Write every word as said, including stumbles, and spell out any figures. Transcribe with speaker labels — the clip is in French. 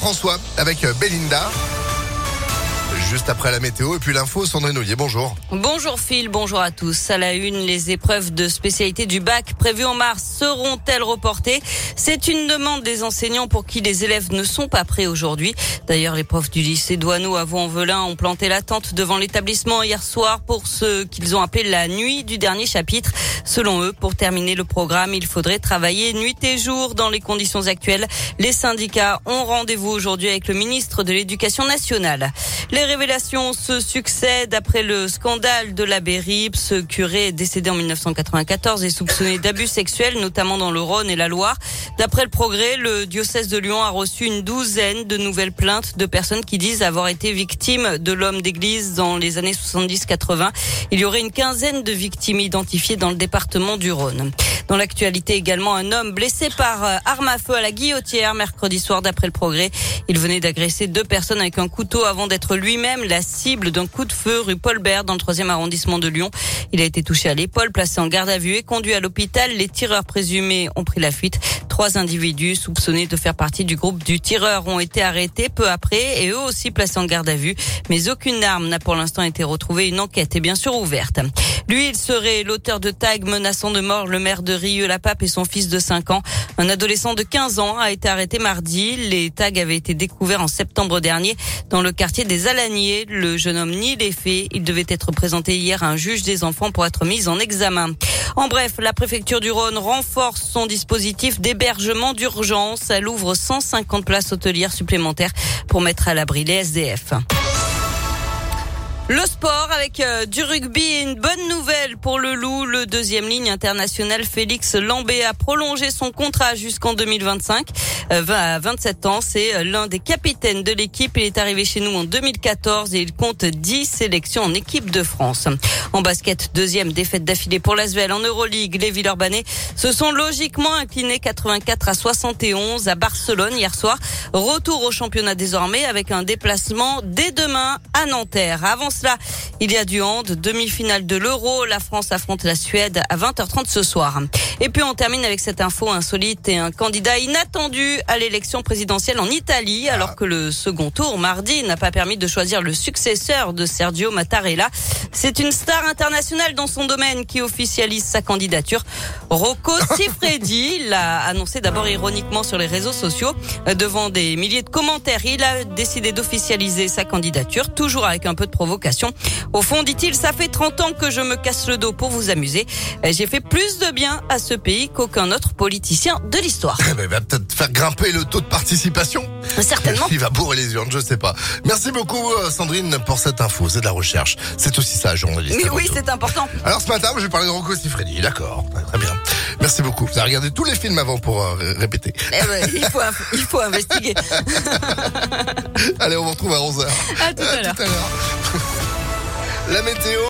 Speaker 1: François avec Belinda. Juste après la météo et puis l'info, Sandrine Ollier, bonjour.
Speaker 2: Bonjour Phil, bonjour à tous. À la une, les épreuves de spécialité du bac prévues en mars seront-elles reportées? C'est une demande des enseignants pour qui les élèves ne sont pas prêts aujourd'hui. D'ailleurs, les profs du lycée Douaneau à Vaux-en-Velin ont planté la tente devant l'établissement hier soir pour ce qu'ils ont appelé la nuit du dernier chapitre. Selon eux, pour terminer le programme, il faudrait travailler nuit et jour dans les conditions actuelles. Les syndicats ont rendez-vous aujourd'hui avec le ministre de l'Éducation nationale. Les révélations se succèdent après le scandale de l'abbé Ripp. Ce curé décédé en dix-neuf cent quatre-vingt-quatorze est soupçonné d'abus sexuels, notamment dans le Rhône et la Loire. D'après le Progrès, le diocèse de Lyon a reçu une douzaine de nouvelles plaintes de personnes qui disent avoir été victimes de l'homme d'église dans les années soixante-dix quatre-vingts. Il y aurait une quinzaine de victimes identifiées dans le département du Rhône. Dans l'actualité également, un homme blessé par arme à feu à la Guillotière mercredi soir d'après le Progrès. Il venait d'agresser deux personnes avec un couteau avant d'être lui-même la cible d'un coup de feu rue Paul Bert dans le troisième arrondissement de Lyon. Il a été touché à l'épaule, placé en garde à vue et conduit à l'hôpital. Les tireurs présumés ont pris la fuite. Trois individus soupçonnés de faire partie du groupe du tireur ont été arrêtés peu après et eux aussi placés en garde à vue. Mais aucune arme n'a pour l'instant été retrouvée. Une enquête est bien sûr ouverte. Lui, il serait l'auteur de tags menaçant de mort le maire de Rieux-la-Pape et son fils de cinq ans. Un adolescent de quinze ans a été arrêté mardi. Les tags avaient été découverts en septembre dernier dans le quartier des Alaniers. Le jeune homme nie les faits. Il devait être présenté hier à un juge des enfants pour être mis en examen. En bref, la préfecture du Rhône renforce son dispositif d'hébergement d'urgence. Elle ouvre cent cinquante places hôtelières supplémentaires pour mettre à l'abri les S D F. Le sport avec euh, du rugby et une bonne nouvelle pour le Loup. Le deuxième ligne international Félix Lambé a prolongé son contrat jusqu'en deux mille vingt-cinq. Euh, à vingt-sept ans, c'est l'un des capitaines de l'équipe. Il est arrivé chez nous en deux mille quatorze et il compte dix sélections en équipe de France. En basket, deuxième défaite d'affilée pour l'Asvel en Euroleague. Les Villeurbanais se sont logiquement inclinés quatre-vingt-quatre à soixante et onze à Barcelone hier soir. Retour au championnat désormais avec un déplacement dès demain à Nanterre. Avant cela, il y a du hand, demi-finale de l'Euro. La France affronte la Suède à vingt heures trente ce soir. Et puis on termine avec cette info insolite et un candidat inattendu à l'élection présidentielle en Italie, alors que le second tour, mardi, n'a pas permis de choisir le successeur de Sergio Mattarella. C'est une star internationale dans son domaine qui officialise sa candidature. Rocco Siffredi l'a annoncé d'abord ironiquement sur les réseaux sociaux. Devant des milliers de commentaires, il a décidé d'officialiser sa candidature, toujours avec un peu de provocation. Au fond, dit-il, ça fait trente ans que je me casse le dos pour vous amuser. J'ai fait plus de bien à ce pays qu'aucun autre politicien de l'histoire.
Speaker 1: Eh ben, il va peut-être faire grimper le taux de participation.
Speaker 2: Certainement.
Speaker 1: Il va bourrer les urnes, je sais pas. Merci beaucoup Sandrine pour cette info. C'est de la recherche. C'est aussi ça, journaliste.
Speaker 2: Mais oui, c'est important.
Speaker 1: Alors ce matin, je vais parler de Rocco Siffredi. D'accord, très bien. Merci beaucoup. Vous avez regardé tous les films avant pour euh, répéter.
Speaker 2: Eh ben, il faut, il faut investiguer.
Speaker 1: Allez, on vous retrouve à onze heures.
Speaker 2: À tout à l'heure.
Speaker 1: La météo.